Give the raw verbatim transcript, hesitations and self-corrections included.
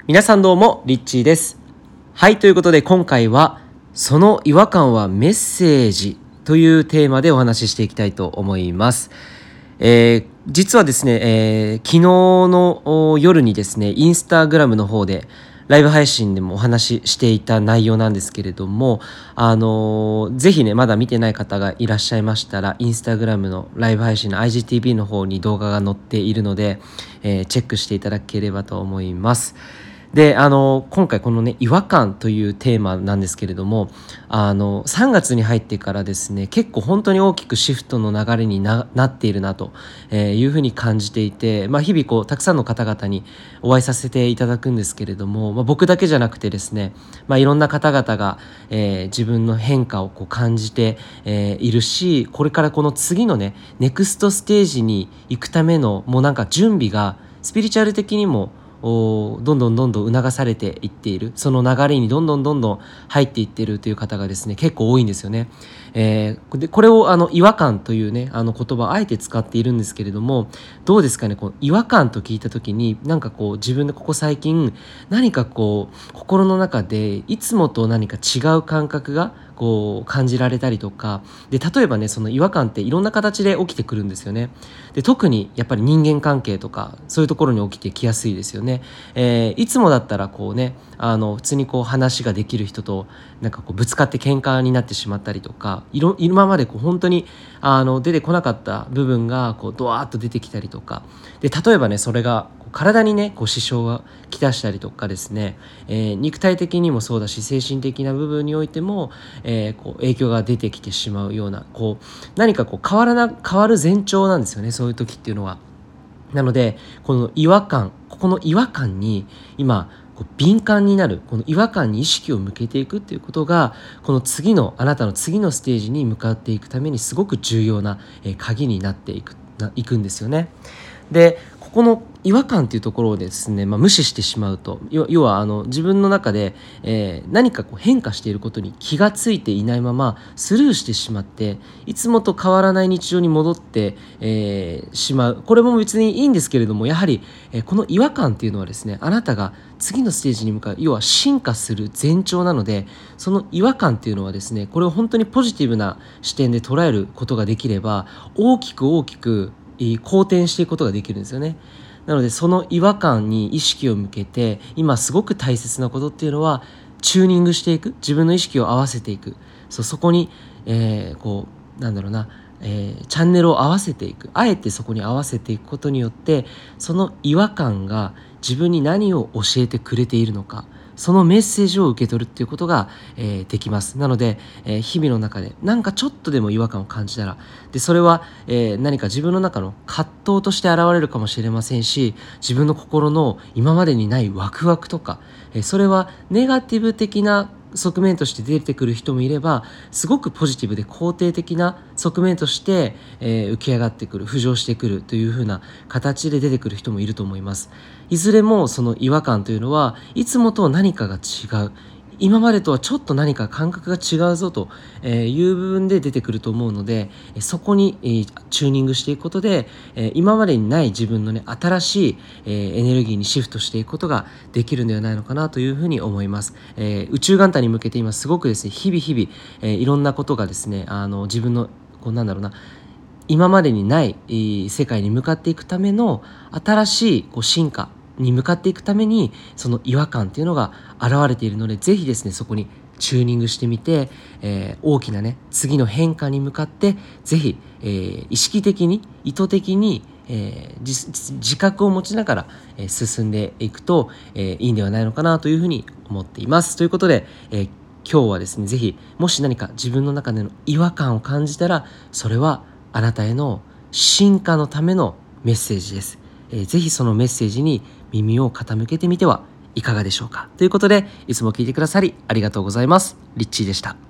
皆さんどうもリッチーです。はい、ということで今回はその違和感はメッセージというテーマでお話ししていきたいと思います。えー、実はですね、えー、昨日の夜にですねインスタグラムの方でライブ配信でもお話ししていた内容なんですけれども、あのー、ぜひねまだ見てない方がいらっしゃいましたらインスタグラムのライブ配信の アイジーティービー の方に動画が載っているので、えー、チェックしていただければと思います。で、あの今回このね違和感というテーマなんですけれども、あのさんがつに入ってからですね結構本当に大きくシフトの流れに な, なっているなというふうに感じていて、まあ、日々こうたくさんの方々にお会いさせていただくんですけれども、まあ、僕だけじゃなくてですね、まあ、いろんな方々が、えー、自分の変化をこう感じて、えー、いるし、これからこの次のねネクストステージに行くためのもうなんか準備がスピリチュアル的にもどんどんどんどん促されていっている、その流れにどんどんどんどん入っていっているという方がですね結構多いんですよね。えー、でこれをあの違和感というねあの言葉をあえて使っているんですけれども、どうですかね、こう違和感と聞いた時になんかこう自分でここ最近何かこう心の中でいつもと何か違う感覚がこう感じられたりとかで、例えばねその違和感っていろんな形で起きてくるんですよね。で特にやっぱり人間関係とかそういうところに起きてきやすいですよね。えー、いつもだったらこうねあの普通にこう話ができる人となんかこうぶつかって喧嘩になってしまったりとか、いろ今までこう本当にあの出てこなかった部分がこうドワーッと出てきたりとかで、例えばねそれが体にねこう支障がきたしたりとかですね、えー、肉体的にもそうだし精神的な部分においても、えー、こう影響が出てきてしまうようなこう何かこう変わらな変わる前兆なんですよね、そういう時っていうのは。なのでこの違和感、ここの違和感に今こう敏感になる、この違和感に意識を向けていくっていうことがこの次のあなたの次のステージに向かっていくためにすごく重要な、えー、鍵になっていくないくんですよね。でここの違和感っていうところをですね、まあ、無視してしまうと、要要はあの自分の中で、えー、何かこう変化していることに気がついていないままスルーしてしまっていつもと変わらない日常に戻って、えー、しまう。これも別にいいんですけれども、やはり、えー、この違和感っていうのはですねあなたが次のステージに向かう、要は進化する前兆なので、その違和感っていうのはですねこれを本当にポジティブな視点で捉えることができれば大きく大きく好転していくことができるんですよね。なのでその違和感に意識を向けて今すごく大切なことっていうのはチューニングしていく、自分の意識を合わせていく、そそこに、えー、こうなんだろうな、えー、チャンネルを合わせていく、あえてそこに合わせていくことによってその違和感が自分に何を教えてくれているのか、そのメッセージを受け取るっていうことが、えー、できます。なので、えー、日々の中で何かちょっとでも違和感を感じたら、でそれは、えー、何か自分の中の葛藤として現れるかもしれませんし、自分の心の今までにないワクワクとか、えー、それはネガティブ的な側面として出てくる人もいれば、すごくポジティブで肯定的な側面として、えー、浮き上がってくる、浮上してくるというふうな形で出てくる人もいると思います。いずれもその違和感というのはいつもと何かが違う、今までとはちょっと何か感覚が違うぞという部分で出てくると思うので、そこにチューニングしていくことで今までにない自分のね新しいエネルギーにシフトしていくことができるのではないのかなというふうに思います。宇宙元旦に向けて今すごくですね日々日々いろんなことがですねあの自分のこうなんだろうな今までにない世界に向かっていくための新しいこう進化に向かっていくためにその違和感っていうのが現れているので、ぜひですねそこにチューニングしてみて、えー、大きなね次の変化に向かってぜひ、えー、意識的に意図的に、えー、自, 自覚を持ちながら、えー、進んでいくと、えー、いいんではないのかなというふうに思っています。ということで、えー、今日はですねぜひもし何か自分の中での違和感を感じたら、それはあなたへの進化のためのメッセージです。えー、ぜひそのメッセージに耳を傾けてみてはいかがでしょうか。ということでいつも聞いてくださりありがとうございます。リッチーでした。